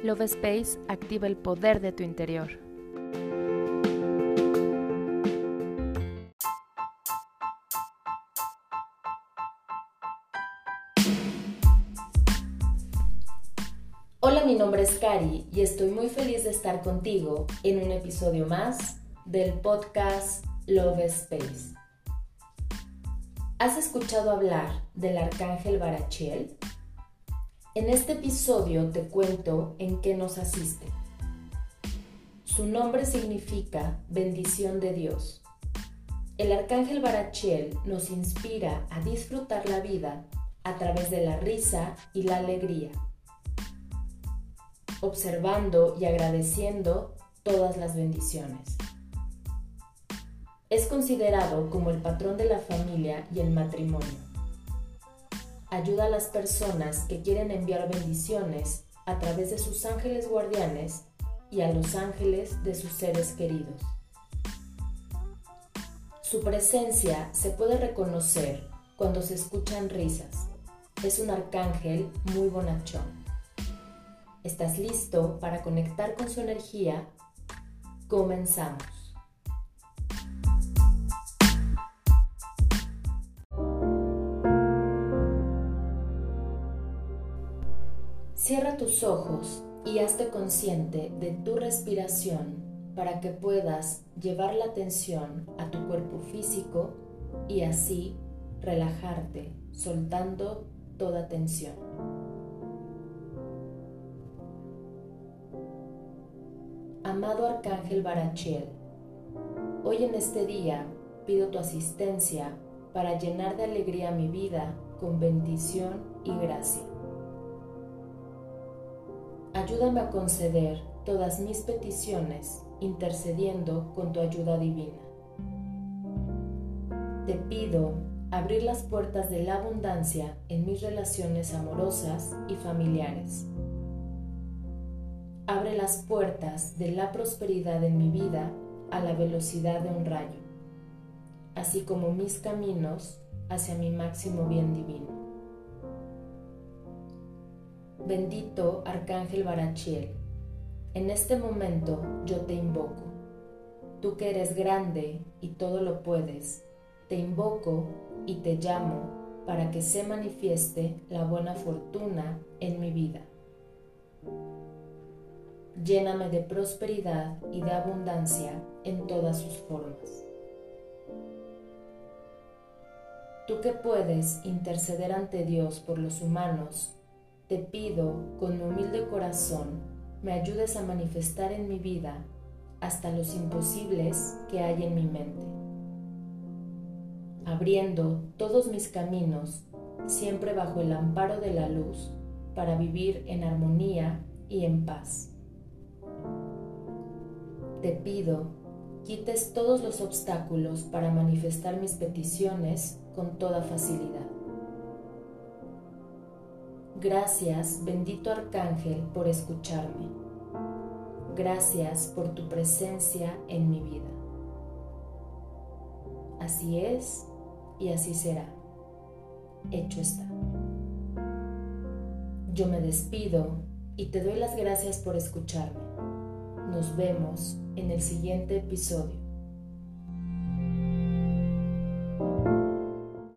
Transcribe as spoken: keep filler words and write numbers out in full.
Love Space activa el poder de tu interior. Hola, mi nombre es Cari y estoy muy feliz de estar contigo en un episodio más del podcast Love Space. ¿Has escuchado hablar del Arcángel Barachiel? En este episodio te cuento en qué nos asiste. Su nombre significa bendición de Dios. El Arcángel Barachiel nos inspira a disfrutar la vida a través de la risa y la alegría, observando y agradeciendo todas las bendiciones. Es considerado como el patrón de la familia y el matrimonio. Ayuda a las personas que quieren enviar bendiciones a través de sus ángeles guardianes y a los ángeles de sus seres queridos. Su presencia se puede reconocer cuando se escuchan risas. Es un arcángel muy bonachón. ¿Estás listo para conectar con su energía? Comenzamos. Cierra tus ojos y hazte consciente de tu respiración para que puedas llevar la atención a tu cuerpo físico y así relajarte, soltando toda tensión. Amado Arcángel Barachiel, hoy en este día pido tu asistencia para llenar de alegría mi vida con bendición y gracia. Ayúdame a conceder todas mis peticiones intercediendo con tu ayuda divina. Te pido abrir las puertas de la abundancia en mis relaciones amorosas y familiares. Abre las puertas de la prosperidad en mi vida a la velocidad de un rayo, así como mis caminos hacia mi máximo bien divino. Bendito Arcángel Barachiel, en este momento yo te invoco. Tú que eres grande y todo lo puedes, te invoco y te llamo para que se manifieste la buena fortuna en mi vida. Lléname de prosperidad y de abundancia en todas sus formas. Tú que puedes interceder ante Dios por los humanos, te pido con humilde corazón me ayudes a manifestar en mi vida hasta los imposibles que hay en mi mente, abriendo todos mis caminos siempre bajo el amparo de la luz para vivir en armonía y en paz. Te pido quites todos los obstáculos para manifestar mis peticiones con toda facilidad. Gracias, bendito Arcángel, por escucharme. Gracias por tu presencia en mi vida. Así es y así será. Hecho está. Yo me despido y te doy las gracias por escucharme. Nos vemos en el siguiente episodio.